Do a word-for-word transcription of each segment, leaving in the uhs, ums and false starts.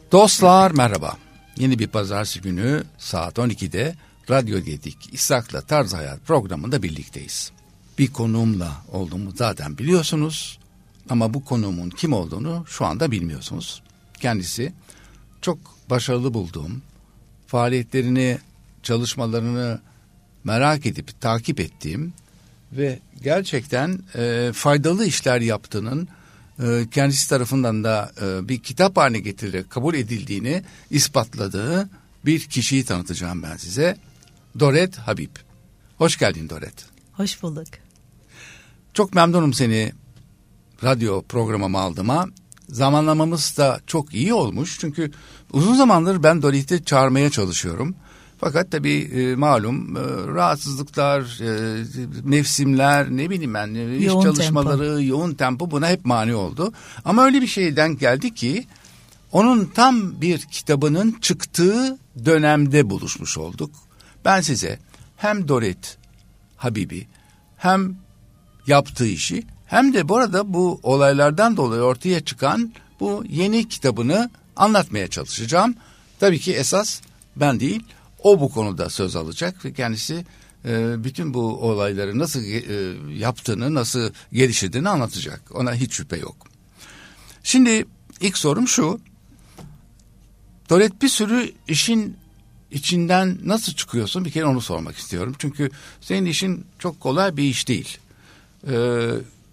Dostlar merhaba. Yeni bir pazartesi günü saat on ikide Radyo Gedik İshak'la Tarz Hayat programında birlikteyiz. Bir konuğumla olduğumu zaten biliyorsunuz ama bu konuğumun kim olduğunu şu anda bilmiyorsunuz. Kendisi çok başarılı bulduğum, faaliyetlerini, çalışmalarını merak edip takip ettiğim ve gerçekten e, faydalı işler yaptığının e, kendisi tarafından da e, bir kitap haline getirilerek kabul edildiğini ispatladığı bir kişiyi tanıtacağım ben size. Doret Habib. Hoş geldin Doret. Hoş bulduk. Çok memnunum seni radyo programıma aldığıma. Zamanlamamız da çok iyi olmuş. Çünkü uzun zamandır ben Doret'i çağırmaya çalışıyorum. Fakat tabii e, malum e, rahatsızlıklar, e, mevsimler, ne bileyim ben, e, iş yoğun çalışmaları, tempo. yoğun tempo buna hep mani oldu. Ama öyle bir şeyden geldi ki onun tam bir kitabının çıktığı dönemde buluşmuş olduk. Ben size hem Doret Habib'i hem yaptığı işi hem de bu arada bu olaylardan dolayı ortaya çıkan bu yeni kitabını anlatmaya çalışacağım. Tabii ki esas ben değil, o bu konuda söz alacak ve kendisi e, bütün bu olayları nasıl e, yaptığını, nasıl geliştirdiğini anlatacak. Ona hiç şüphe yok. Şimdi ilk sorum şu. Doret, bir sürü işin içinden nasıl çıkıyorsun? Bir kere onu sormak istiyorum. Çünkü senin işin çok kolay bir iş değil. Ee,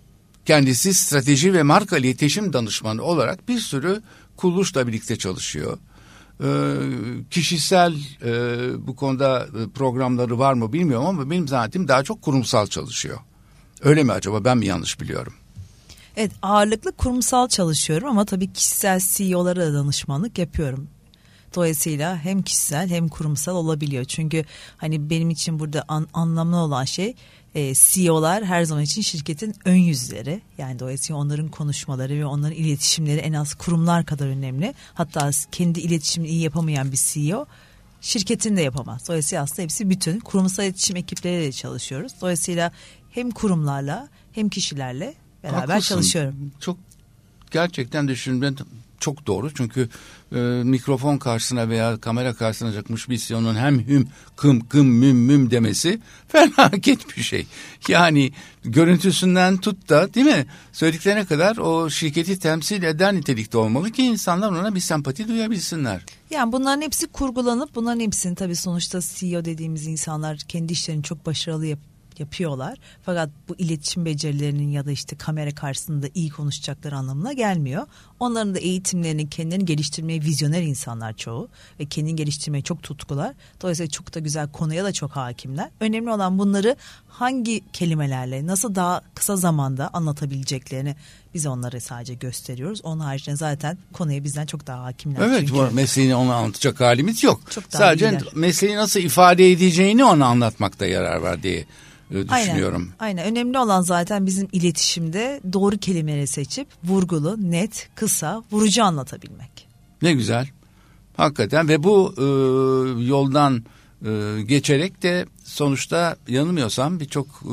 kendisi strateji ve marka iletişim danışmanı olarak bir sürü kuruluşla birlikte çalışıyor. Ee, kişisel e, bu konuda programları var mı bilmiyorum ama benim zannettiğim daha çok kurumsal çalışıyor. Öyle mi acaba, ben mi yanlış biliyorum? Evet, ağırlıklı kurumsal çalışıyorum ama tabii kişisel C E O'lara da danışmanlık yapıyorum. Dolayısıyla hem kişisel hem kurumsal olabiliyor. Çünkü hani benim için burada an, anlamlı olan şey e, C E O'lar her zaman için şirketin ön yüzleri. Yani dolayısıyla onların konuşmaları ve onların iletişimleri en az kurumlar kadar önemli. Hatta kendi iletişimini iyi yapamayan bir C E O şirketin de yapamaz. Dolayısıyla aslında hepsi bütün. Kurumsal iletişim ekipleriyle çalışıyoruz. Dolayısıyla hem kurumlarla hem kişilerle beraber Haklısın. çalışıyorum. Çok gerçekten düşündüm. Çok doğru, çünkü e, mikrofon karşısına veya kamera karşısına çıkmış bir C E O'nun hem hüm kım kım müm müm demesi felaket bir şey. Yani görüntüsünden tut da, değil mi, söylediklerine kadar o şirketi temsil eden nitelikte olmalı ki insanlar ona bir sempati duyabilsinler. Yani bunların hepsi kurgulanıp bunların hepsini tabii sonuçta C E O dediğimiz insanlar kendi işlerini çok başarılı yap yapıyorlar. Fakat bu iletişim becerilerinin ya da işte kamera karşısında iyi konuşacakları anlamına gelmiyor. Onların da eğitimlerini, kendilerini geliştirmeye vizyoner insanlar çoğu ve kendini geliştirmeye çok tutkular. Dolayısıyla çok da güzel konuya da çok hakimler. Önemli olan bunları hangi kelimelerle, nasıl daha kısa zamanda anlatabileceklerini biz onlara sadece gösteriyoruz. Onun haricinde zaten konuya bizden çok daha hakimler. Evet, çünkü. bu mesleğini ona anlatacak halimiz yok. Sadece iyiler. mesleği nasıl ifade edeceğini ona anlatmakta yarar var diye düşünüyorum. Aynen, aynen. Önemli olan zaten bizim iletişimde doğru kelimeleri seçip vurgulu, net, kısa, vurucu anlatabilmek. Ne güzel. Hakikaten ve bu e, yoldan e, geçerek de sonuçta yanılmıyorsam birçok e,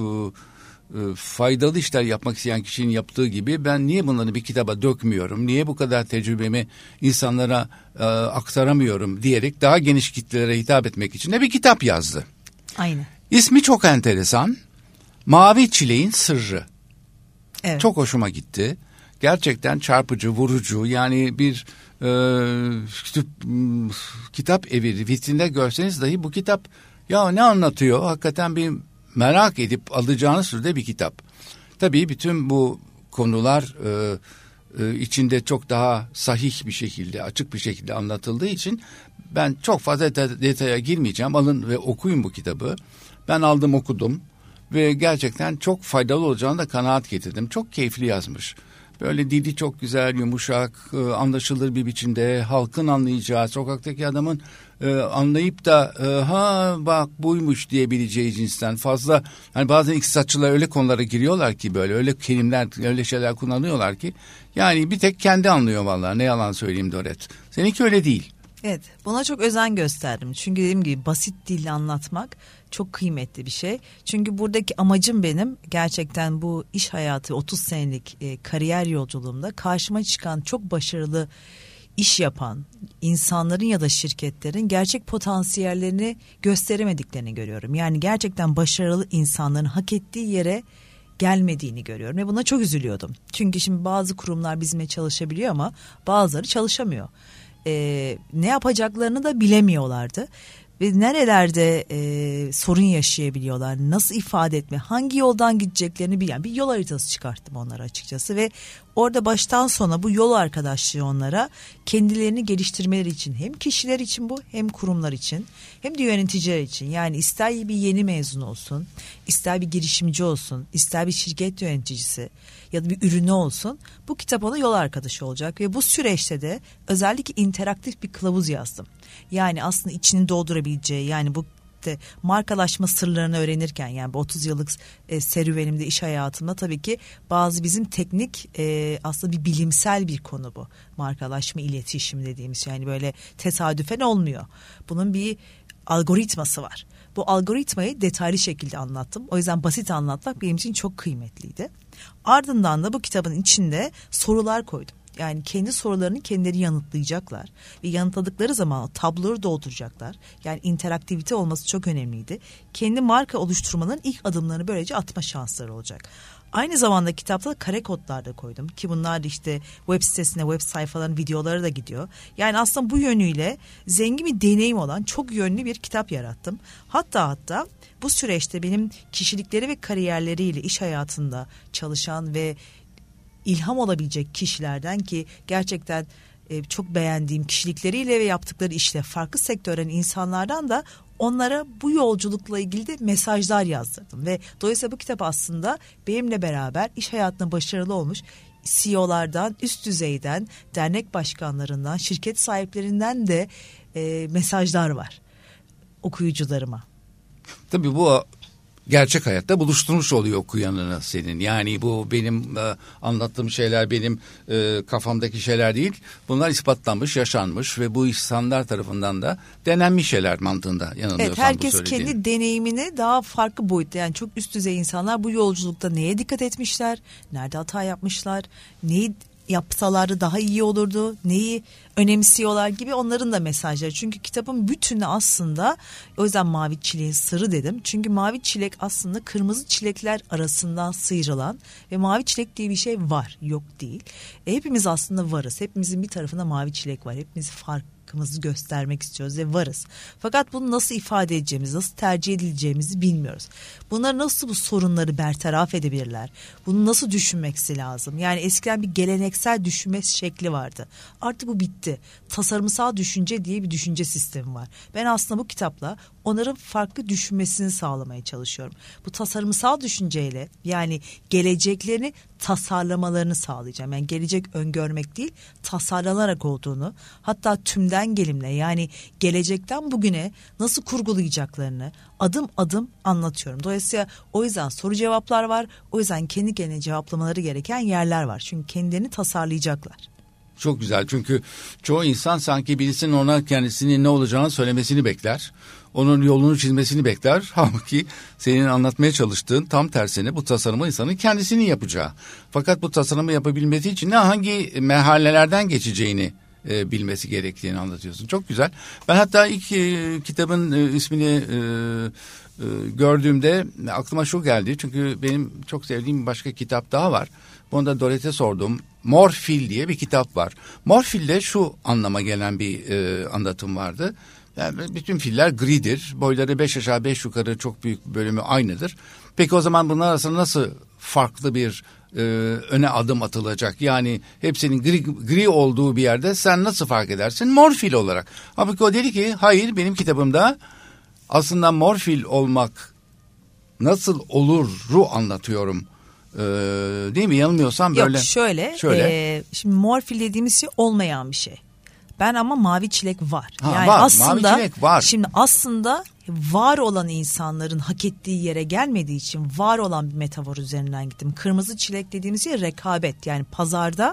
e, faydalı işler yapmak isteyen kişinin yaptığı gibi ben niye bunları bir kitaba dökmüyorum, niye bu kadar tecrübemi insanlara e, aktaramıyorum diyerek daha geniş kitlelere hitap etmek için de bir kitap yazdı. Aynen. İsmi çok enteresan. Mavi Çileğin Sırrı. Evet. Çok hoşuma gitti. Gerçekten çarpıcı, vurucu. Yani bir e, kitap, kitap evi vitrinde görseniz dahi bu kitap ya ne anlatıyor? Hakikaten bir merak edip alacağınız türde bir kitap. Tabii bütün bu konular e, e, içinde çok daha sahih bir şekilde, açık bir şekilde anlatıldığı için ben çok fazla deta- detaya girmeyeceğim. Alın ve okuyun bu kitabı. Ben aldım, okudum ve gerçekten çok faydalı olacağını da kanaat getirdim. Çok keyifli yazmış. Böyle dili çok güzel, yumuşak, anlaşılır bir biçimde, halkın anlayacağı, sokaktaki adamın e, anlayıp da e, ha bak buymuş diyebileceği cinsten. Fazla hani bazen iktisatçılar öyle konulara giriyorlar ki, böyle öyle kelimeler, öyle şeyler kullanıyorlar ki yani bir tek kendi anlıyor vallahi, ne yalan söyleyeyim Doret. Seninki öyle değil. Evet, buna çok özen gösterdim. Çünkü dediğim gibi basit dille anlatmak çok kıymetli bir şey. Çünkü buradaki amacım benim gerçekten bu iş hayatı otuz senelik e, kariyer yolculuğumda karşıma çıkan çok başarılı iş yapan insanların ya da şirketlerin gerçek potansiyellerini gösteremediklerini görüyorum. Yani gerçekten başarılı insanların hak ettiği yere gelmediğini görüyorum ve buna çok üzülüyordum. Çünkü şimdi bazı kurumlar bizimle çalışabiliyor ama bazıları çalışamıyor. Ee, ne yapacaklarını da bilemiyorlardı. Ve nerelerde e, sorun yaşayabiliyorlar, nasıl ifade etme, hangi yoldan gideceklerini bilen bir yol haritası çıkarttım onlara açıkçası. Ve orada baştan sona bu yol arkadaşlığı onlara kendilerini geliştirmeleri için, hem kişiler için bu, hem kurumlar için, hem de yöneticiler için. Yani ister bir yeni mezun olsun, ister bir girişimci olsun, ister bir şirket yöneticisi ya da bir ürünü olsun, bu kitap ona yol arkadaşı olacak. Ve bu süreçte de özellikle interaktif bir kılavuz yazdım. Yani aslında içini doldurabileceği, yani bu de markalaşma sırlarını öğrenirken, yani bu otuz yıllık e, serüvenimde, iş hayatımda tabii ki bazı bizim teknik e, aslında bir bilimsel bir konu bu. Markalaşma, iletişim dediğimiz, yani böyle tesadüfen olmuyor. Bunun bir algoritması var. Bu algoritmayı detaylı şekilde anlattım. O yüzden basit anlatmak benim için çok kıymetliydi. Ardından da bu kitabın içinde sorular koydum. Yani kendi sorularını kendileri yanıtlayacaklar ve yanıtladıkları zaman o tabloları dolduracaklar. Yani interaktivite olması çok önemliydi. Kendi marka oluşturmanın ilk adımlarını böylece atma şansları olacak. Aynı zamanda kitapta da kare kodlar da koydum ki bunlar da işte web sitesine, web sayfalarının videoları da gidiyor. Yani aslında bu yönüyle zengin bir deneyim olan çok yönlü bir kitap yarattım. Hatta hatta bu süreçte benim kişilikleri ve kariyerleriyle iş hayatında çalışan ve ilham olabilecek kişilerden, ki gerçekten e, çok beğendiğim kişilikleriyle ve yaptıkları işle farklı sektörden insanlardan da onlara bu yolculukla ilgili de mesajlar yazdırdım. Ve dolayısıyla bu kitap aslında benimle beraber iş hayatında başarılı olmuş C E O'lardan, üst düzeyden, dernek başkanlarından, şirket sahiplerinden de e, mesajlar var okuyucularıma. Tabii bu gerçek hayatta buluşturmuş oluyor okuyanını senin. Yani bu benim e, anlattığım şeyler benim e, kafamdaki şeyler değil. Bunlar ispatlanmış, yaşanmış ve bu insanlar tarafından da denenmiş şeyler mantığında, yanılmıyorsam evet, bu herkes söylediğin. kendi deneyimini daha farklı boyutta, yani çok üst düzey insanlar bu yolculukta neye dikkat etmişler, nerede hata yapmışlar, neyi yapsalardı daha iyi olurdu, neyi önemsiyorlar gibi onların da mesajları. Çünkü kitabın bütünü aslında, o yüzden mavi çileğin sırrı dedim. Çünkü mavi çilek aslında kırmızı çilekler arasından sıyrılan ve mavi çilek diye bir şey var, yok değil. E, hepimiz aslında varız. Hepimizin bir tarafında mavi çilek var. Hepimiz farklı göstermek istiyoruz ve varız. Fakat bunu nasıl ifade edeceğimizi, nasıl tercih edileceğimizi bilmiyoruz. Bunlar nasıl bu sorunları bertaraf edebilirler? Bunu nasıl düşünmeksi lazım? Yani eskiden bir geleneksel düşünme şekli vardı. Artık bu bitti. Tasarımsal düşünce diye bir düşünce sistemi var. Ben aslında bu kitapla onların farklı düşünmesini sağlamaya çalışıyorum. Bu tasarımsal düşünceyle, yani geleceklerini tasarlamalarını sağlayacağım. Yani gelecek öngörmek değil, tasarlanarak olduğunu, hatta tümden gelimle, yani gelecekten bugüne nasıl kurgulayacaklarını adım adım anlatıyorum. Dolayısıyla o yüzden soru cevaplar var. O yüzden kendi kendine cevaplamaları gereken yerler var. Çünkü kendilerini tasarlayacaklar. Çok güzel, çünkü çoğu insan sanki birisinin ona kendisinin ne olacağını söylemesini bekler. Onun yolunu çizmesini bekler. Halbuki senin anlatmaya çalıştığın tam tersine bu tasarımı insanın kendisinin yapacağı. Fakat bu tasarımı yapabilmesi için de hangi merhalelerden geçeceğini e, bilmesi gerektiğini anlatıyorsun. Çok güzel. Ben hatta ilk e, kitabın e, ismini e, e, gördüğümde aklıma şu geldi. Çünkü benim çok sevdiğim bir başka kitap daha var. Bunu da Dorothy'e sordum. Mor Fil diye bir kitap var. Mor Fil'de şu anlama gelen bir e, anlatım vardı. Yani bütün filler gridir. Boyları beş aşağı beş yukarı çok büyük bölümü aynıdır. Peki o zaman bunlar arasında nasıl farklı bir e, öne adım atılacak? Yani hepsinin gri, gri olduğu bir yerde sen nasıl fark edersin? Mor fil olarak. Halbuki o dedi ki hayır, benim kitabımda aslında mor fil olmak nasıl oluru anlatıyorum. Ee, değil mi? Yanılmıyorsam böyle. Yok şöyle. şöyle. E, şimdi mor fil dediğimiz şey olmayan bir şey. Ben ama mavi çilek var. Ha, yani var, aslında mavi çilek var. Şimdi aslında var olan insanların hak ettiği yere gelmediği için var olan bir metafor üzerinden gittim. Kırmızı çilek dediğimiz şey rekabet. Yani pazarda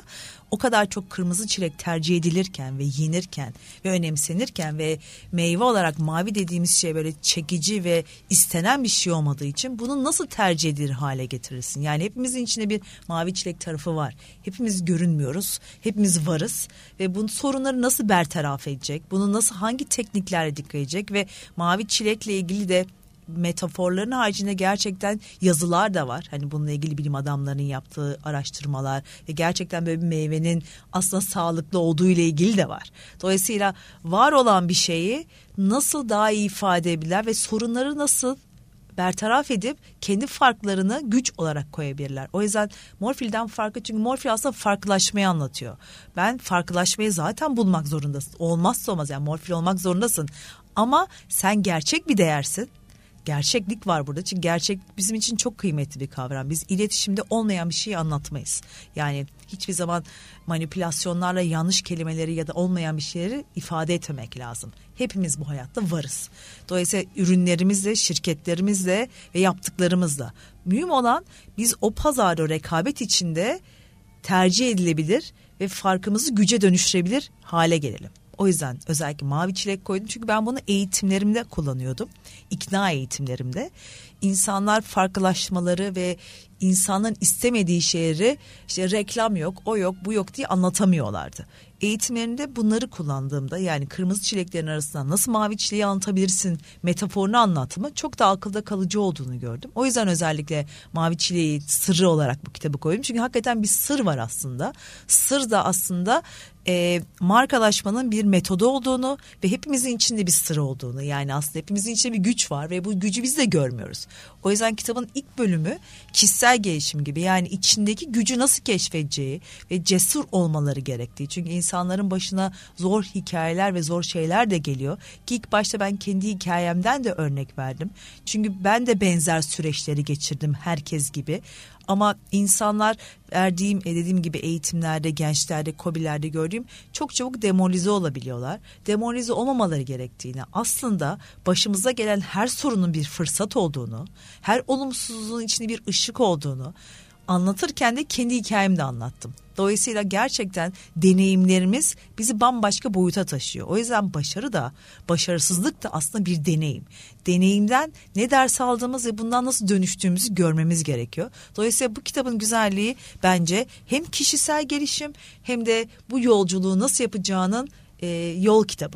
o kadar çok kırmızı çilek tercih edilirken ve yenirken ve önemsenirken ve meyve olarak mavi dediğimiz şey böyle çekici ve istenen bir şey olmadığı için bunu nasıl tercih edilir hale getirirsin? Yani hepimizin içinde bir mavi çilek tarafı var. Hepimiz görünmüyoruz. Hepimiz varız ve bu sorunları nasıl bertaraf edecek? Bunu nasıl, hangi tekniklerle dikkat edecek? Ve mavi çilekle ilgili de metaforların haricinde gerçekten yazılar da var. Hani bununla ilgili bilim adamlarının yaptığı araştırmalar ve gerçekten böyle bir meyvenin aslında sağlıklı olduğu ile ilgili de var. Dolayısıyla var olan bir şeyi nasıl daha iyi ifade edebilirler ve sorunları nasıl bertaraf edip kendi farklarını güç olarak koyabilirler. O yüzden Morfil'den farklı, çünkü Morfil aslında farklılaşmayı anlatıyor. Ben farklılaşmayı zaten bulmak zorundasın. Olmazsa olmaz, yani Morfil olmak zorundasın. Ama sen gerçek bir değersin. Gerçeklik var burada. Çünkü gerçek bizim için çok kıymetli bir kavram. Biz iletişimde olmayan bir şeyi anlatmayız. Yani hiçbir zaman manipülasyonlarla yanlış kelimeleri ya da olmayan bir şeyleri ifade etmemek lazım. Hepimiz bu hayatta varız. Dolayısıyla ürünlerimizle, şirketlerimizle ve yaptıklarımızla. Mühim olan biz o pazarda, o rekabet içinde tercih edilebilir ve farkımızı güce dönüştürebilir hale gelelim. O yüzden özellikle mavi çilek koydum. Çünkü ben bunu eğitimlerimde kullanıyordum. İkna eğitimlerimde. İnsanlar farklılaşmaları ve insanların istemediği şeyleri, işte reklam yok, o yok, bu yok diye anlatamıyorlardı. Eğitimlerinde bunları kullandığımda, yani kırmızı çileklerin arasından nasıl mavi çileği anlatabilirsin metaforunu anlatımı çok da akılda kalıcı olduğunu gördüm. O yüzden özellikle mavi çileği sırrı olarak bu kitabı koydum. Çünkü hakikaten bir sır var aslında. Sır da aslında e, markalaşmanın bir metodu olduğunu ve hepimizin içinde bir sır olduğunu, yani aslında hepimizin içinde bir güç var ve bu gücü biz de görmüyoruz. O yüzden kitabın ilk bölümü kişisel gelişim gibi, yani içindeki gücü nasıl keşfedeceği ve cesur olmaları gerektiği. Çünkü insanların başına zor hikayeler ve zor şeyler de geliyor ki ilk başta ben kendi hikayemden de örnek verdim. Çünkü ben de benzer süreçleri geçirdim herkes gibi. Ama insanlar verdiğim, dediğim gibi eğitimlerde, gençlerde, kobilerde gördüğüm çok çabuk demoralize olabiliyorlar. Demoralize olmamaları gerektiğini, aslında başımıza gelen her sorunun bir fırsat olduğunu, her olumsuzluğun içinde bir ışık olduğunu anlatırken de kendi hikayemi de anlattım. Dolayısıyla gerçekten deneyimlerimiz bizi bambaşka boyuta taşıyor. O yüzden başarı da, başarısızlık da aslında bir deneyim. Deneyimden ne ders aldığımız ve bundan nasıl dönüştüğümüzü görmemiz gerekiyor. Dolayısıyla bu kitabın güzelliği bence hem kişisel gelişim hem de bu yolculuğu nasıl yapacağının e, yol kitabı.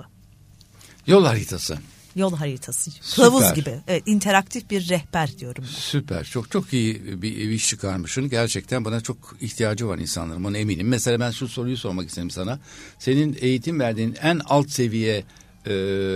Yol haritası. Yol haritası. Kılavuz Süper. Gibi. Evet, interaktif bir rehber diyorum ben. Süper. Çok çok iyi bir, bir iş çıkarmışsın. Gerçekten buna çok ihtiyacı var insanların. Buna eminim. Mesela ben şu soruyu sormak istedim sana. Senin eğitim verdiğin en alt seviye e,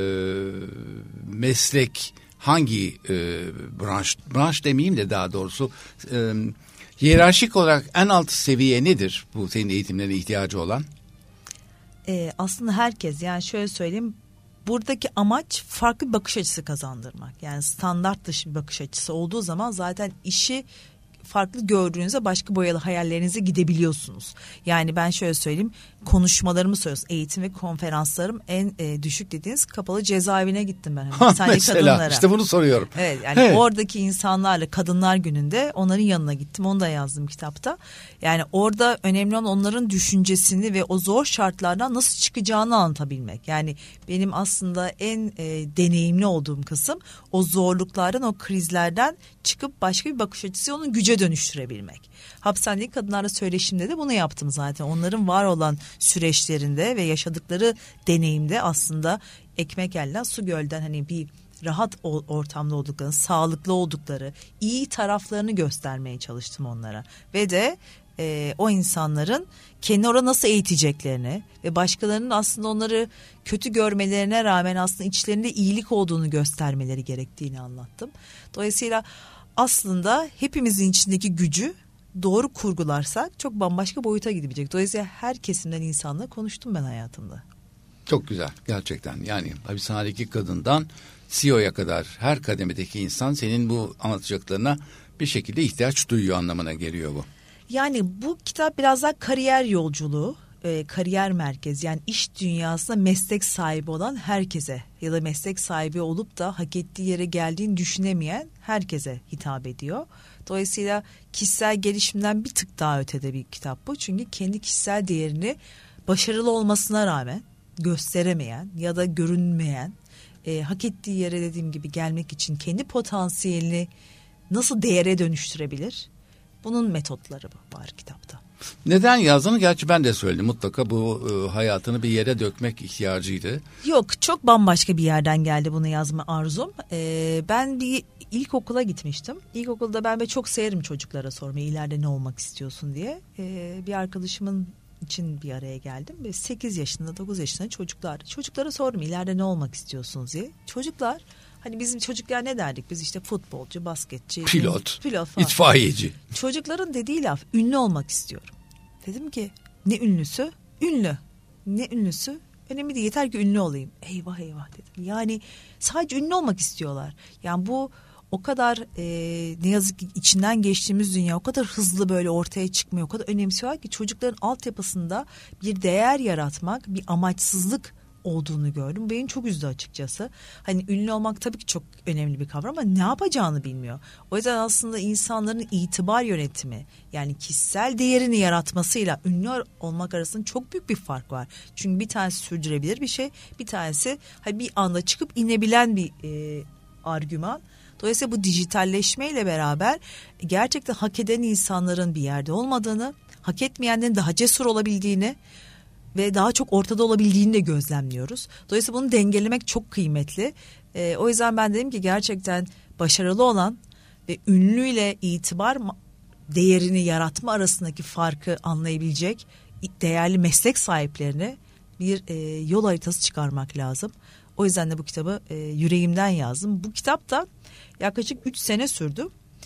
meslek hangi e, branş? Branş demeyeyim de daha doğrusu e, hiyerarşik olarak en alt seviye nedir? Bu senin eğitimlerine ihtiyacı olan. E, aslında herkes, yani şöyle söyleyeyim. Buradaki amaç farklı bir bakış açısı kazandırmak. Yani standart dışı bir bakış açısı olduğu zaman zaten işi farklı gördüğünüzde başka boyalı hayallerinize gidebiliyorsunuz. Yani ben şöyle söyleyeyim, konuşmalarımı söylüyorsun, eğitim ve konferanslarım en e, düşük dediğiniz kapalı cezaevine gittim ben. Hani ha, mesela kadınlara. İşte bunu soruyorum. Evet, yani evet. Oradaki insanlarla Kadınlar Günü'nde onların yanına gittim, onu da yazdım kitapta. Yani orada önemli olan onların düşüncesini ve o zor şartlardan nasıl çıkacağını anlatabilmek. Yani benim aslında en e, deneyimli olduğum kısım o zorluklardan, o krizlerden çıkıp başka bir bakış açısı, onun güce dönüştürebilmek. Hapishanedeki kadınlarla söyleşimde de bunu yaptım zaten. Onların var olan süreçlerinde ve yaşadıkları deneyimde aslında ekmek elden su gölden, hani bir rahat ortamda olduklarını, sağlıklı oldukları, iyi taraflarını göstermeye çalıştım onlara. Ve de e, o insanların kendi orada nasıl eğiteceklerini ve başkalarının aslında onları kötü görmelerine rağmen aslında içlerinde iyilik olduğunu göstermeleri gerektiğini anlattım. Dolayısıyla aslında hepimizin içindeki gücü doğru kurgularsak çok bambaşka boyuta gidebilecek. Dolayısıyla her kesimden insanla konuştum ben hayatımda. Çok güzel gerçekten. Yani hapishanedeki kadından C E O'ya kadar her kademedeki insan senin bu anlatacaklarına bir şekilde ihtiyaç duyuyor anlamına geliyor bu. Yani bu kitap biraz daha kariyer yolculuğu. e, kariyer merkezi, yani iş dünyasında meslek sahibi olan herkese ya da meslek sahibi olup da hak ettiği yere geldiğini düşünemeyen herkese hitap ediyor. Dolayısıyla kişisel gelişimden bir tık daha ötede bir kitap bu. Çünkü kendi kişisel değerini başarılı olmasına rağmen gösteremeyen ya da görünmeyen, e, hak ettiği yere dediğim gibi gelmek için kendi potansiyelini nasıl değere dönüştürebilir? Bunun metotları var kitapta. Neden yazdığını gerçi ben de söyledim. Mutlaka bu e, hayatını bir yere dökmek ihtiyacıydı. Yok, çok bambaşka bir yerden geldi bunu yazma arzum. Ee, ben bir ilkokula gitmiştim. İlkokulda ben ve çok severim çocuklara sormayı, ileride ne olmak istiyorsun diye. Ee, bir arkadaşımın için bir araya geldim. Ve sekiz yaşında dokuz yaşında çocuklar. Çocuklara sordum ileride ne olmak istiyorsunuz diye. Çocuklar, hani bizim çocuklar ne derdik? Biz işte futbolcu, basketçi, pilot, pilot falan. itfaiyeci. Çocukların dediği laf ünlü olmak istiyorum. Dedim ki ne ünlüsü? Ünlü. Ne ünlüsü? Önemli değil, yeter ki ünlü olayım. Eyvah eyvah dedim. Yani sadece ünlü olmak istiyorlar. Yani bu o kadar e, ne yazık ki içinden geçtiğimiz dünya o kadar hızlı böyle ortaya çıkmıyor. O kadar önemsiyorlar ki çocukların altyapısında bir değer yaratmak, bir amaçsızlık olduğunu gördüm. Beni çok üzdü açıkçası. Hani ünlü olmak tabii ki çok önemli bir kavram ama ne yapacağını bilmiyor. O yüzden aslında insanların itibar yönetimi, yani kişisel değerini yaratmasıyla ünlü olmak arasında çok büyük bir fark var. Çünkü bir tanesi sürdürebilir bir şey, bir tanesi hani bir anda çıkıp inebilen bir e, argüman. Dolayısıyla bu dijitalleşmeyle beraber gerçekten hak eden insanların bir yerde olmadığını, hak etmeyenlerin daha cesur olabildiğini ve daha çok ortada olabildiğini de gözlemliyoruz. Dolayısıyla bunu dengelemek çok kıymetli. E, o yüzden ben dedim ki gerçekten başarılı olan ve ünlüyle itibar değerini yaratma arasındaki farkı anlayabilecek değerli meslek sahiplerine bir e, yol haritası çıkarmak lazım. O yüzden de bu kitabı e, yüreğimden yazdım. Bu kitap da yaklaşık üç sene sürdü.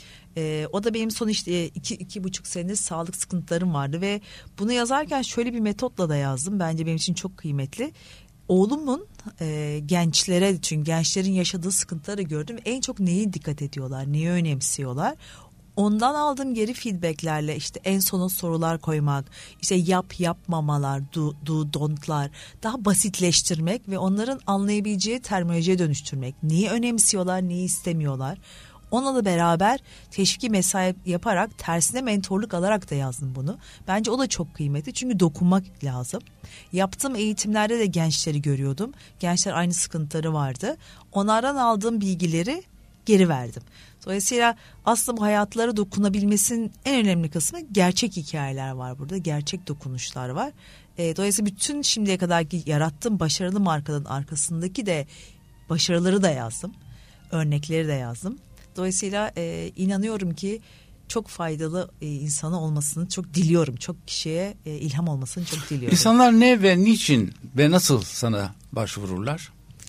Ee, o da benim son işte iki, iki buçuk senedir sağlık sıkıntılarım vardı ve bunu yazarken şöyle bir metotla da yazdım. Bence benim için çok kıymetli. Oğlumun e, gençlere, çünkü gençlerin yaşadığı sıkıntıları gördüm. En çok neyi dikkat ediyorlar, neyi önemsiyorlar? Ondan aldığım geri feedbacklerle işte en sona sorular koymak, işte yap yapmamalar, do, do don't'lar daha basitleştirmek ve onların anlayabileceği terminolojiye dönüştürmek. Neyi önemsiyorlar, neyi istemiyorlar? Onunla da beraber teşviki mesai yaparak, tersine mentorluk alarak da yazdım bunu. Bence o da çok kıymetli çünkü dokunmak lazım. Yaptığım eğitimlerde de gençleri görüyordum. Gençler aynı sıkıntıları vardı. Onlardan aldığım bilgileri geri verdim. Dolayısıyla aslında bu hayatlara dokunabilmesinin en önemli kısmı gerçek hikayeler var burada. Gerçek dokunuşlar var. E, dolayısıyla bütün şimdiye kadarki yarattığım başarılı markaların arkasındaki de başarıları da yazdım. Örnekleri de yazdım. Dolayısıyla e, inanıyorum ki çok faydalı e, insanı olmasını çok diliyorum. Çok kişiye e, ilham olmasını çok diliyorum. İnsanlar ne ve niçin ve nasıl sana başvururlar?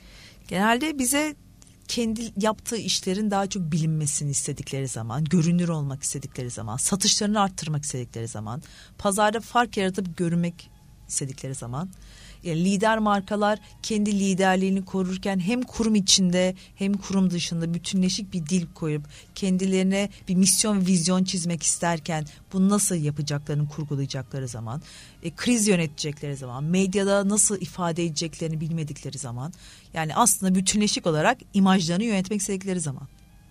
Genelde bize kendi yaptığı işlerin daha çok bilinmesini istedikleri zaman, görünür olmak istedikleri zaman, satışlarını arttırmak istedikleri zaman, pazarda fark yaratıp görünmek istedikleri zaman, yani lider markalar kendi liderliğini korurken hem kurum içinde hem kurum dışında bütünleşik bir dil koyup kendilerine bir misyon, vizyon çizmek isterken bunu nasıl yapacaklarını kurgulayacakları zaman, e, kriz yönetecekleri zaman, medyada nasıl ifade edeceklerini bilmedikleri zaman, yani aslında bütünleşik olarak imajlarını yönetmek istedikleri zaman.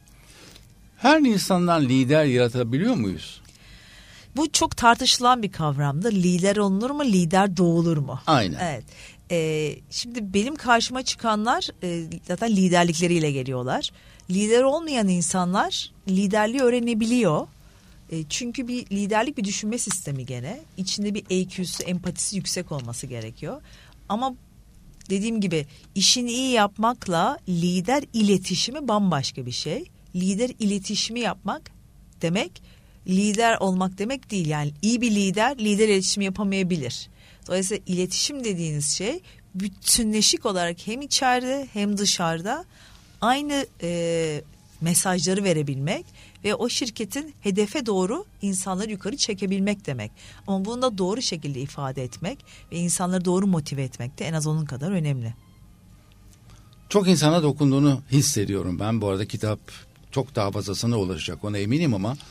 Her insandan lider yaratabiliyor muyuz? Bu çok tartışılan bir kavramdır. Lider olunur mu, lider doğulur mu? Aynen. Evet. Ee, şimdi benim karşıma çıkanlar e, zaten liderlikleriyle geliyorlar. Lider olmayan insanlar liderliği öğrenebiliyor. E, çünkü bir liderlik bir düşünme sistemi gene. İçinde bir E Q'su, empatisi yüksek olması gerekiyor. Ama dediğim gibi işini iyi yapmakla lider iletişimi bambaşka bir şey. Lider iletişimi yapmak demek lider olmak demek değil. Yani iyi bir lider lider iletişimi yapamayabilir. Dolayısıyla iletişim dediğiniz şey bütünleşik olarak hem içeride hem dışarıda aynı e, mesajları verebilmek ve o şirketin hedefe doğru insanları yukarı çekebilmek demek. Ama bunu da doğru şekilde ifade etmek ve insanları doğru motive etmek de en az onun kadar önemli. Çok insana dokunduğunu hissediyorum ben. Bu arada kitap çok daha fazlasına ulaşacak, ona eminim ama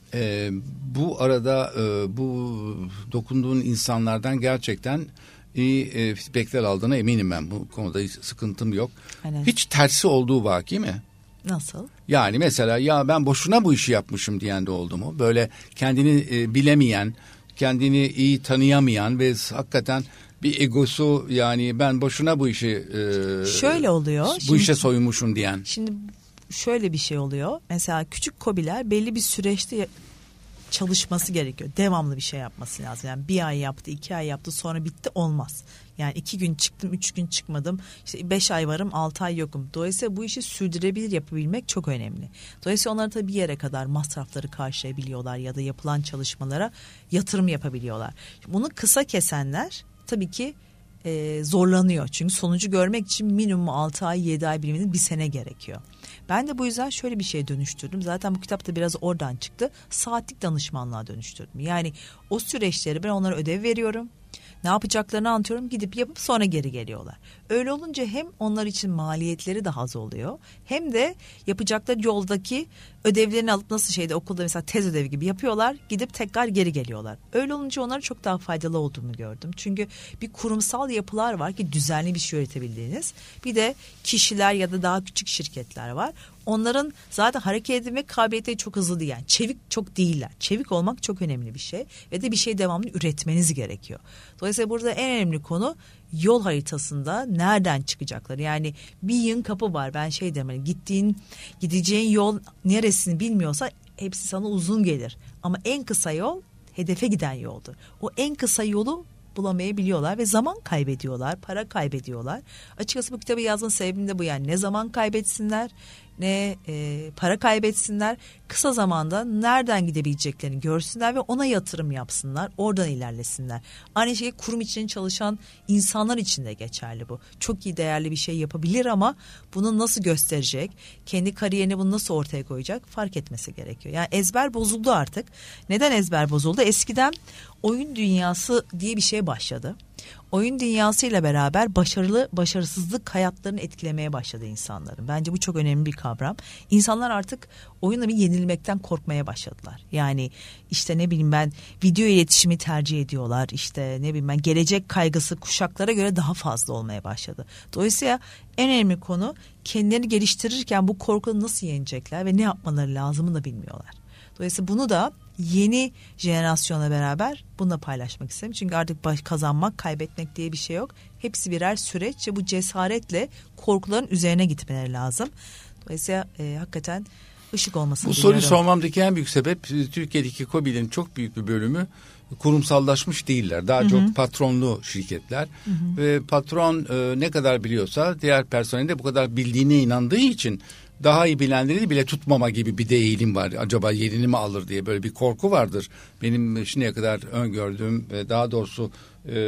Ee, bu arada e, bu dokunduğun insanlardan gerçekten iyi e, feedbackler aldığına eminim ben. Bu konuda hiç sıkıntım yok. Aynen. Hiç tersi olduğu vaki mi? Nasıl? Yani mesela ya ben boşuna bu işi yapmışım diyen de oldu mu? Böyle kendini e, bilemeyen, kendini iyi tanıyamayan ve hakikaten bir egosu, yani ben boşuna bu işi e, şöyle oluyor. Bu şimdi, işe soymuşum diyen. Şimdi şöyle bir şey oluyor. Mesela küçük KOBİ'ler belli bir süreçte çalışması gerekiyor. Devamlı bir şey yapması lazım. Yani bir ay yaptı, iki ay yaptı, sonra bitti, olmaz. Yani iki gün çıktım, üç gün çıkmadım. İşte beş ay varım, altı ay yokum. Dolayısıyla bu işi sürdürebilir yapabilmek çok önemli. Dolayısıyla onlar tabii bir yere kadar masrafları karşılayabiliyorlar ya da yapılan çalışmalara yatırım yapabiliyorlar. Bunu kısa kesenler tabii ki e, zorlanıyor. Çünkü sonucu görmek için minimum altı ay, yedi ay, biliminin bir sene gerekiyor. Ben de bu yüzden şöyle bir şeye dönüştürdüm. Zaten bu kitap da biraz oradan çıktı. Saatlik danışmanlığa dönüştürdüm. Yani o süreçleri ben onlara ödev veriyorum. Ne yapacaklarını anlatıyorum, gidip yapıp sonra geri geliyorlar. Öyle olunca hem onlar için maliyetleri daha az oluyor, hem de yapacakları yoldaki ödevlerini alıp nasıl şeyde okulda mesela tez ödevi gibi yapıyorlar, gidip tekrar geri geliyorlar. Öyle olunca onlara çok daha faydalı olduğunu gördüm. Çünkü bir kurumsal yapılar var ki düzenli bir şey üretebildiğiniz, bir de kişiler ya da daha küçük şirketler var. Onların zaten hareket edilme kabiliyetleri çok hızlı değil. Yani çevik çok değiller. Çevik olmak çok önemli bir şey. Ve de bir şey devamlı üretmeniz gerekiyor. Dolayısıyla burada en önemli konu yol haritasında nereden çıkacakları. Yani bir yığın kapı var. Ben şey derim, hani gittiğin, gideceğin yol neresini bilmiyorsa hepsi sana uzun gelir. Ama en kısa yol hedefe giden yoldur. O en kısa yolu bulamayabiliyorlar ve zaman kaybediyorlar, para kaybediyorlar. Açıkçası bu kitabı yazma sebebim de bu, yani ne zaman kaybetsinler, ne e, para kaybetsinler, kısa zamanda nereden gidebileceklerini görsünler ve ona yatırım yapsınlar, oradan ilerlesinler. Aynı şey kurum için çalışan insanlar için de geçerli bu. Çok iyi, değerli bir şey yapabilir ama bunu nasıl gösterecek, kendi kariyerini bunu nasıl ortaya koyacak fark etmesi gerekiyor. Yani ezber bozuldu artık. Neden ezber bozuldu? Eskiden oyun dünyası diye bir şey başladı. Oyun dünyasıyla beraber başarılı, başarısızlık hayatlarını etkilemeye başladı insanların. Bence bu çok önemli bir kavram. İnsanlar artık oyunla bir yenilmekten korkmaya başladılar. Yani işte ne bileyim ben, video iletişimi tercih ediyorlar. İşte ne bileyim ben, gelecek kaygısı kuşaklara göre daha fazla olmaya başladı. Dolayısıyla en önemli konu, kendilerini geliştirirken bu korkuları nasıl yenecekler ve ne yapmaları lazımını da bilmiyorlar. Dolayısıyla bunu da yeni jenerasyonla beraber bununla paylaşmak istedim. Çünkü artık baş, kazanmak, kaybetmek diye bir şey yok. Hepsi birer süreç ve bu cesaretle korkuların üzerine gitmeleri lazım. Dolayısıyla e, hakikaten ışık olmasını Bu diliyorum. soruyu sormamdaki en büyük sebep, Türkiye'deki KOBİ'lerin çok büyük bir bölümü kurumsallaşmış değiller. Daha hı hı. çok patronlu şirketler. Hı hı. Ve patron e, ne kadar biliyorsa diğer personelin de bu kadar bildiğine inandığı için daha iyi bilenleri bile tutmama gibi bir de eğilim var. Acaba yerini mi alır diye böyle bir korku vardır. Benim şimdiye kadar öngördüğüm ve daha doğrusu e,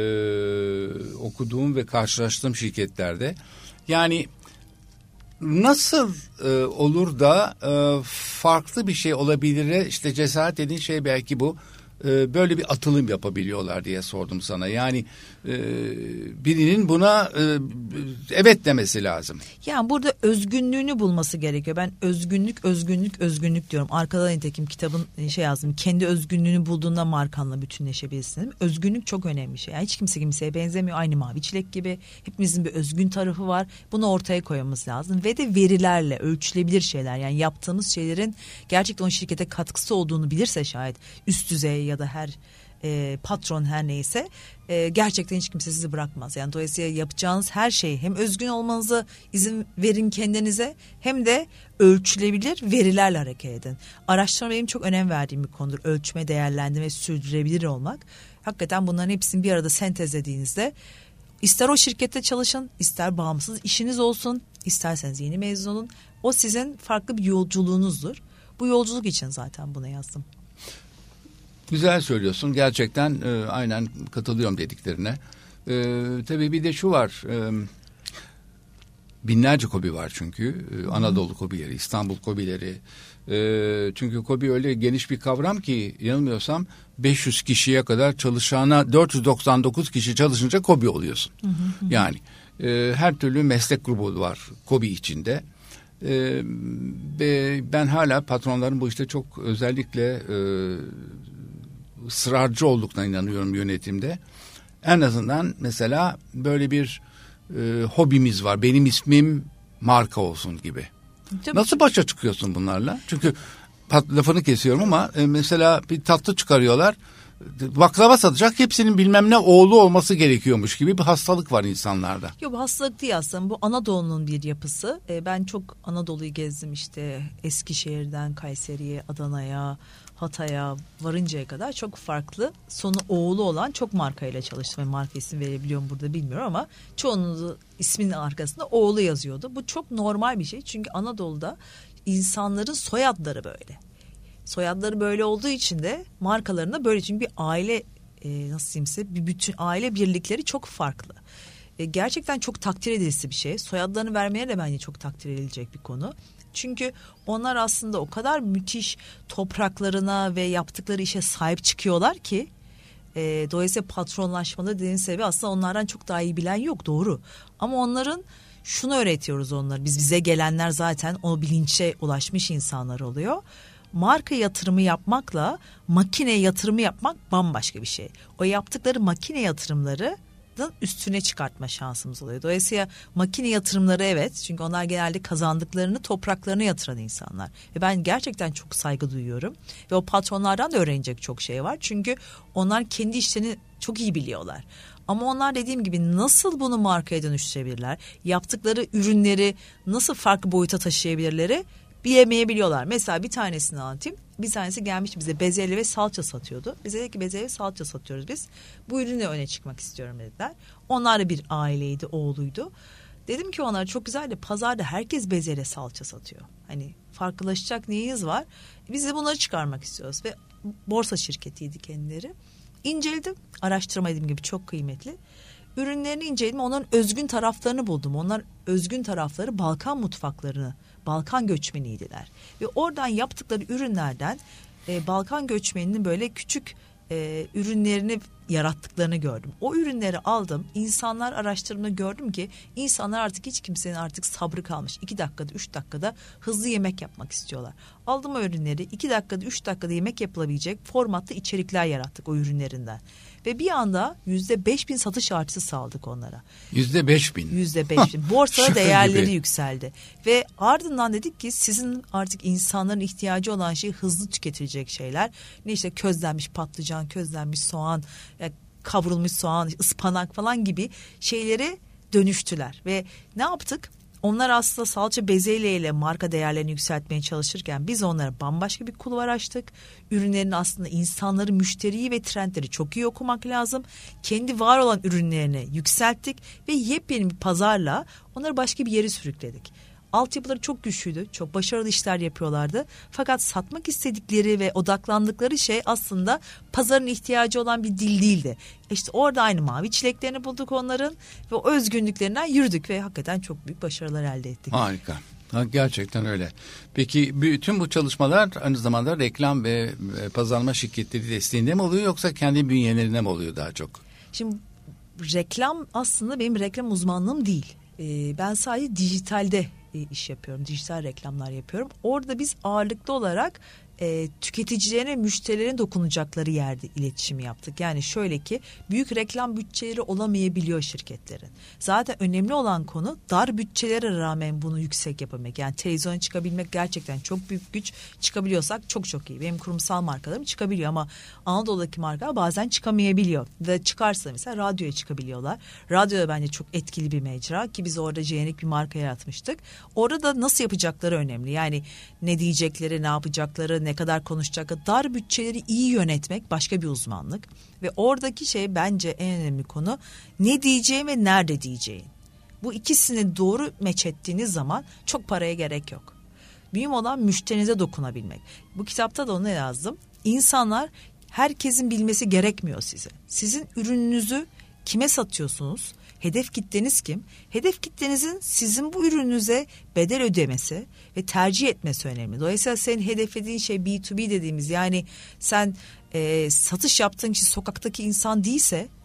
okuduğum ve karşılaştığım şirketlerde. Yani nasıl e, olur da e, farklı bir şey olabilir? İşte cesaret dediğin şey belki bu. E, böyle bir atılım yapabiliyorlar diye sordum sana. Yani e, birinin buna e, evet demesi lazım. Yani burada özgünlüğünü bulması gerekiyor. Ben özgünlük, özgünlük, özgünlük diyorum. Arkada nitekim kitabın şey yazdım. Kendi özgünlüğünü bulduğunda markanla bütünleşebilirsin. Özgünlük çok önemli bir şey. Yani hiç kimse kimseye benzemiyor. Aynı mavi çilek gibi. Hepimizin bir özgün tarafı var. Bunu ortaya koymamız lazım. Ve de verilerle ölçülebilir şeyler. Yani yaptığımız şeylerin gerçekten o şirkete katkısı olduğunu bilirse şayet, üst düzey ya da her e, patron her neyse e, gerçekten hiç kimse sizi bırakmaz. Yani dolayısıyla yapacağınız her şey, hem özgün olmanıza izin verin kendinize, hem de ölçülebilir verilerle hareket edin. Araştırma benim çok önem verdiğim bir konudur. Ölçme, değerlendirme, sürdürülebilir olmak. Hakikaten bunların hepsini bir arada sentezlediğinizde, ister o şirkette çalışın, ister bağımsız işiniz olsun, isterseniz yeni mezun olun, o sizin farklı bir yolculuğunuzdur. Bu yolculuk için zaten bunu yazdım. Güzel söylüyorsun. Gerçekten e, aynen katılıyorum dediklerine. E, tabii bir de şu var. E, binlerce KOBİ var çünkü. E, Anadolu KOBİ'leri, İstanbul KOBİ'leri. E, çünkü KOBİ öyle geniş bir kavram ki, yanılmıyorsam beş yüz kişiye kadar çalışana dört yüz doksan dokuz kişi çalışınca KOBİ oluyorsun. Hı hı hı. Yani e, her türlü meslek grubu var KOBİ içinde. Ee, ben hala patronların bu işte çok özellikle e, ısrarcı olduklarına inanıyorum yönetimde. En azından mesela böyle bir e, hobimiz var. Benim ismim marka olsun gibi. Tabii. Nasıl başa çıkıyorsun bunlarla? Çünkü pat, lafını kesiyorum ama e, mesela bir tatlı çıkarıyorlar. Baklava satacak, hepsinin bilmem ne oğlu olması gerekiyormuş gibi bir hastalık var insanlarda. Yok, bu hastalık değil aslında, bu Anadolu'nun bir yapısı. Ee, ben çok Anadolu'yu gezdim, işte Eskişehir'den Kayseri'ye, Adana'ya, Hatay'a varıncaya kadar çok farklı sonu oğlu olan çok markayla çalıştım. Yani marka isim verebiliyorum burada bilmiyorum ama çoğunun isminin arkasında oğlu yazıyordu. Bu çok normal bir şey, çünkü Anadolu'da insanların soyadları böyle. Soyadları böyle olduğu için de markalarında böyle, çünkü bir aile e, nasıl diyeyim size, bir bütün aile birlikleri çok farklı. E, gerçekten çok takdir edilisi bir şey. Soyadlarını vermeye de bence çok takdir edilecek bir konu. Çünkü onlar aslında o kadar müthiş topraklarına ve yaptıkları işe sahip çıkıyorlar ki e, dolayısıyla patronlaşmaları dediğiniz sebebi aslında onlardan çok daha iyi bilen yok, doğru. Ama onların şunu öğretiyoruz onları. Biz bize gelenler zaten o bilinçe ulaşmış insanlar oluyor. Marka yatırımı yapmakla makine yatırımı yapmak bambaşka bir şey. O yaptıkları makine yatırımları üstüne çıkartma şansımız oluyor. Dolayısıyla makine yatırımları evet, çünkü onlar genelde kazandıklarını topraklarına yatıran insanlar. Ve ben gerçekten çok saygı duyuyorum. Ve o patronlardan da öğrenecek çok şey var. Çünkü onlar kendi işlerini çok iyi biliyorlar. Ama onlar dediğim gibi nasıl bunu markaya dönüştürebilirler? Yaptıkları ürünleri nasıl farklı boyuta taşıyabilirleri bilemeyebiliyorlar. Mesela bir tanesini anlatayım. Bir tanesi gelmiş bize bezelye ve salça satıyordu. Bize dedi ki bezelye ve salça satıyoruz biz. Bu ürünle öne çıkmak istiyorum dediler. Onlar da bir aileydi, oğluydu. Dedim ki onlara çok güzel de pazarda herkes bezelye salça satıyor. Hani farklılaşacak neyiniz var? Biz de bunları çıkarmak istiyoruz. Ve borsa şirketiydi kendileri. İnceledim. Araştırma dediğim gibi çok kıymetli. Ürünlerini inceledim. Onların özgün taraflarını buldum. Onlar özgün tarafları Balkan mutfaklarını, Balkan göçmeniydiler. Ve oradan yaptıkları ürünlerden e, Balkan göçmeninin böyle küçük e, ürünlerini yarattıklarını gördüm. O ürünleri aldım. İnsanlar araştırmada gördüm ki insanlar artık, hiç kimsenin artık sabrı kalmış. iki dakikada, üç dakikada hızlı yemek yapmak istiyorlar. Aldım o ürünleri, iki dakikada, üç dakikada yemek yapılabilecek formatta içerikler yarattık o ürünlerinden. Ve bir anda yüzde beş bin satış artışı sağladık onlara. Yüzde beş bin. Yüzde beş bin. Borsada değerleri gibi yükseldi. Ve ardından dedik ki sizin artık insanların ihtiyacı olan şey hızlı tüketilecek şeyler. Ne işte közlenmiş patlıcan, közlenmiş soğan, kavrulmuş soğan, ıspanak falan gibi şeylere dönüştüler. Ve ne yaptık? Onlar aslında salça bezelyeyle marka değerlerini yükseltmeye çalışırken biz onlara bambaşka bir kulvar açtık. Ürünlerin aslında insanları, müşteriyi ve trendleri çok iyi okumak lazım. Kendi var olan ürünlerini yükselttik ve yepyeni bir pazarla onları başka bir yere sürükledik. Altyapıları çok güçlüydü, çok başarılı işler yapıyorlardı. Fakat satmak istedikleri ve odaklandıkları şey aslında pazarın ihtiyacı olan bir dil değildi. İşte orada aynı mavi çileklerini bulduk onların ve o özgünlüklerinden yürüdük ve hakikaten çok büyük başarılar elde ettik. Harika. Gerçekten öyle. Peki bütün bu çalışmalar aynı zamanda reklam ve pazarlama şirketleri desteğinde mi oluyor yoksa kendi bünyelerine mi oluyor daha çok? Şimdi reklam aslında benim reklam uzmanlığım değil. Ben sadece dijitalde iş yapıyorum. Dijital reklamlar yapıyorum. Orada biz ağırlıklı olarak e, tüketicilerine, müşterilerin dokunacakları yerde iletişim yaptık. Yani şöyle ki büyük reklam bütçeleri olamayabiliyor şirketlerin. Zaten önemli olan konu dar bütçelere rağmen bunu yüksek yapabilmek. Yani televizyona çıkabilmek gerçekten çok büyük güç. Çıkabiliyorsak çok çok iyi. Benim kurumsal markalarım çıkabiliyor ama Anadolu'daki marka bazen çıkamayabiliyor. Ve çıkarsa mesela radyoya çıkabiliyorlar. Radyo da bence çok etkili bir mecra ki biz orada jenerik bir marka yaratmıştık. Orada nasıl yapacakları önemli. Yani ne diyecekleri, ne yapacakları, ne kadar konuşacakları. Dar bütçeleri iyi yönetmek başka bir uzmanlık. Ve oradaki şey bence en önemli konu ne diyeceğin ve nerede diyeceğin. Bu ikisini doğru meç ettiğiniz zaman çok paraya gerek yok. Mühim olan müşterinize dokunabilmek. Bu kitapta da onu yazdım. İnsanlar herkesin bilmesi gerekmiyor size. Sizin ürününüzü kime satıyorsunuz? Hedef kitleniz kim? Hedef kitlenizin sizin bu ürününüze bedel ödemesi ve tercih etmesi önemli. Dolayısıyla senin hedeflediğin şey B to B dediğimiz, yani sen e, satış yaptığın kişi sokaktaki insan değilse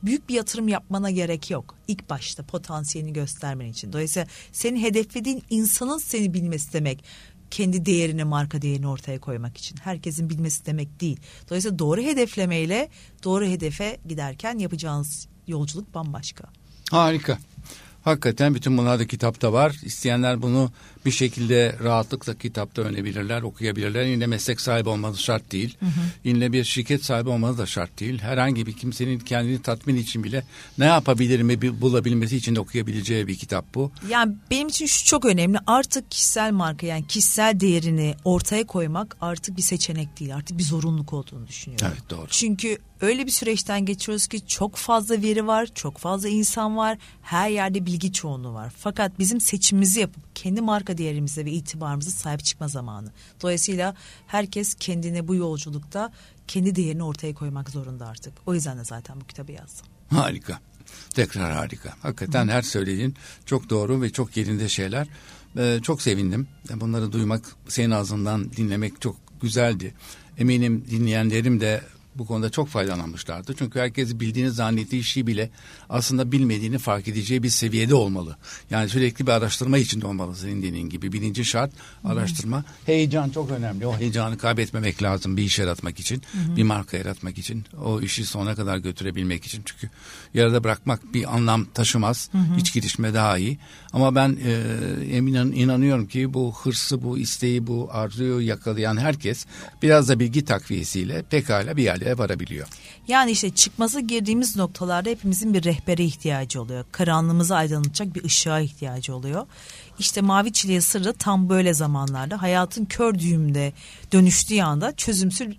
büyük bir yatırım yapmana gerek yok. İlk başta potansiyelini göstermen için. Dolayısıyla senin hedeflediğin insanın seni bilmesi demek. Kendi değerini, marka değerini ortaya koymak için. Herkesin bilmesi demek değil. Dolayısıyla doğru hedeflemeyle doğru hedefe giderken yapacağınız yolculuk bambaşka. Harika. Hakikaten bütün bunlar da kitapta var. İsteyenler bunu bir şekilde rahatlıkla kitapta öğrenebilirler, okuyabilirler. Yine meslek sahibi olmanız şart değil. Hı hı. Yine bir şirket sahibi olmanız da şart değil. Herhangi bir kimsenin kendini tatmin için bile ne yapabilirimi bulabilmesi için de okuyabileceği bir kitap bu. Yani benim için şu çok önemli. Artık kişisel marka, yani kişisel değerini ortaya koymak artık bir seçenek değil. Artık bir zorunluluk olduğunu düşünüyorum. Evet, doğru. Çünkü öyle bir süreçten geçiyoruz ki çok fazla veri var, çok fazla insan var, her yerde bilgi çoğunluğu var. Fakat bizim seçimimizi yapıp kendi marka değerimize ve itibarımıza sahip çıkma zamanı. Dolayısıyla herkes kendine bu yolculukta kendi değerini ortaya koymak zorunda artık. O yüzden de zaten bu kitabı yazdım. Harika. Tekrar harika. Hakikaten Hı. her söylediğin çok doğru ve çok yerinde şeyler. Ee, çok sevindim. Bunları duymak, senin ağzından dinlemek çok güzeldi. Eminim dinleyenlerim de bu konuda çok faydalanmışlardı. Çünkü herkes bildiğini zannettiği şeyi bile aslında bilmediğini fark edeceği bir seviyede olmalı. Yani sürekli bir araştırma içinde olmalı senin dediğin gibi. Birinci şart araştırma. Hı-hı. Heyecan çok önemli. O heyecanı kaybetmemek lazım bir iş yaratmak için. Hı-hı. Bir marka yaratmak için. O işi sonuna kadar götürebilmek için. Çünkü yarıda bırakmak bir anlam taşımaz. Hı-hı. Hiç girişme daha iyi. Ama ben e, eminim inanıyorum ki bu hırsı, bu isteği, bu arzuyu yakalayan herkes biraz da bilgi takviyesiyle pekala bir yerlere varabiliyor. Yani işte çıkması girdiğimiz noktalarda hepimizin bir rehbere ihtiyacı oluyor. Karanlığımızı aydınlatacak bir ışığa ihtiyacı oluyor. İşte Mavi Çileğin Sırrı tam böyle zamanlarda hayatın kör düğümde dönüştüğü anda çözümsül,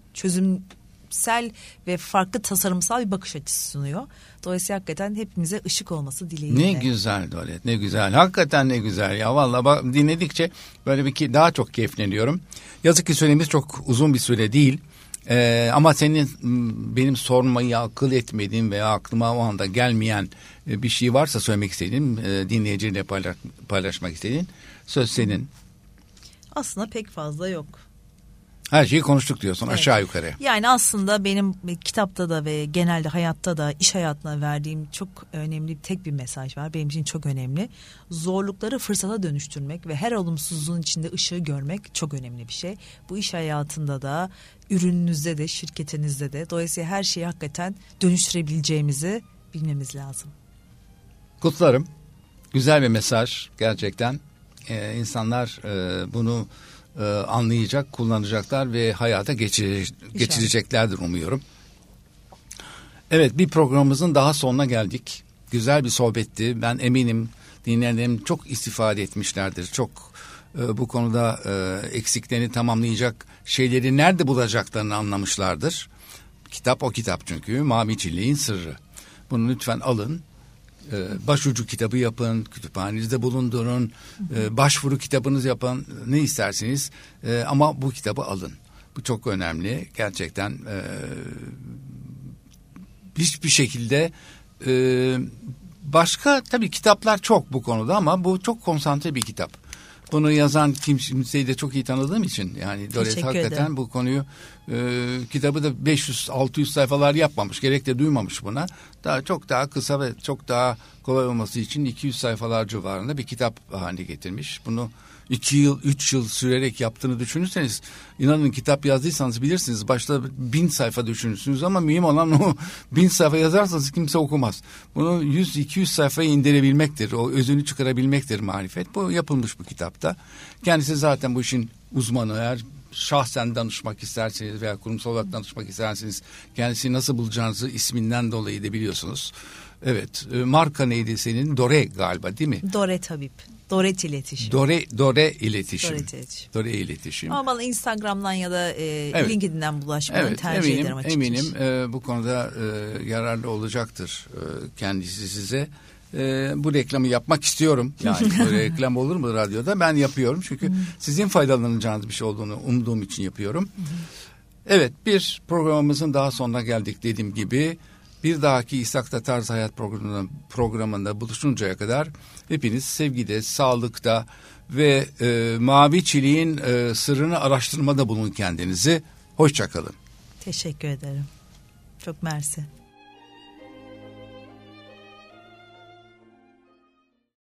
çözümsel ve farklı tasarımsal bir bakış açısı sunuyor. Dolayısıyla hakikaten hepimize ışık olması dileğiyle. Ne güzel Dolet, ne güzel. Hakikaten ne güzel ya. Vallahi dinledikçe böyle bir ki daha çok keyifleniyorum. Yazık ki süremiz çok uzun bir süre değil. Ee, ama senin benim sormayı akıl etmediğim veya aklıma o anda gelmeyen bir şey varsa söylemek istediğin, e, dinleyiciyle paylaş, paylaşmak istediğin söz senin. Aslında pek fazla yok. Her şeyi konuştuk diyorsun, evet. Aşağı yukarı. Yani aslında benim kitapta da ve genelde hayatta da iş hayatına verdiğim çok önemli tek bir mesaj var. Benim için çok önemli. Zorlukları fırsata dönüştürmek ve her olumsuzluğun içinde ışığı görmek çok önemli bir şey. Bu iş hayatında da, ürününüzde de, şirketinizde de. Dolayısıyla her şeyi hakikaten dönüştürebileceğimizi bilmemiz lazım. Kutlarım. Güzel bir mesaj gerçekten. Ee, insanlar e, bunu e, anlayacak, kullanacaklar ve hayata geçir, geçireceklerdir umuyorum. Evet, bir programımızın daha sonuna geldik. Güzel bir sohbetti. Ben eminim dinleyenlerim çok istifade etmişlerdir. Çok e, bu konuda e, eksiklerini tamamlayacak şeyleri nerede bulacaklarını anlamışlardır. Kitap o kitap çünkü. Mavi Çileğin Sırrı. Bunu lütfen alın. Başucu kitabı yapın, kütüphanenizde bulundurun, başvuru kitabınız yapın, ne isterseniz, ama bu kitabı alın. Bu çok önemli gerçekten. Hiçbir şekilde başka tabii kitaplar çok bu konuda ama bu çok konsantre bir kitap. Bunu yazan kimseyi de çok iyi tanıdığım için yani Dolet hakikaten ederim. Bu konuyu e, kitabı da beş yüz altı yüz sayfalar yapmamış, gerek de duymamış buna. Daha çok daha kısa ve çok daha kolay olması için iki yüz sayfalar civarında bir kitap haline getirmiş. Bunu iki yıl, üç yıl sürerek yaptığını düşünürseniz, inanın kitap yazdıysanız bilirsiniz. Başta bin sayfa düşünürsünüz ama mühim olan o bin sayfa yazarsanız kimse okumaz. Bunu yüz iki yüz sayfaya indirebilmektir. O özünü çıkarabilmektir marifet. Bu yapılmış bu kitapta. Kendisi zaten bu işin uzmanı. Eğer şahsen danışmak isterseniz veya kurumsal olarak danışmak isterseniz kendisini nasıl bulacağınızı isminden dolayı da biliyorsunuz. Evet, marka neydi senin? Dore galiba, değil mi? Dore Tabip. Doret İletişim. Dore, Dore İletişim. Doret İletişim. Dore İletişim. Ama bana Instagram'dan ya da e, evet. LinkedIn'den bulaşmayı evet, tercih eminim, ederim açıkçası. Eminim e, bu konuda e, yararlı olacaktır e, kendisi size. E, bu reklamı yapmak istiyorum. Yani böyle reklam olur mu radyoda? Ben yapıyorum çünkü sizin faydalanacağınız bir şey olduğunu umduğum için yapıyorum. Evet, bir programımızın daha sonuna geldik dediğim gibi. Bir dahaki İshak'ta Tarz Hayat programında, programında buluşuncaya kadar hepiniz sevgide, sağlıkta ve e, Mavi Çileğin e, sırrını araştırmada bulun kendinizi. Hoşça kalın. Teşekkür ederim. Çok mersi.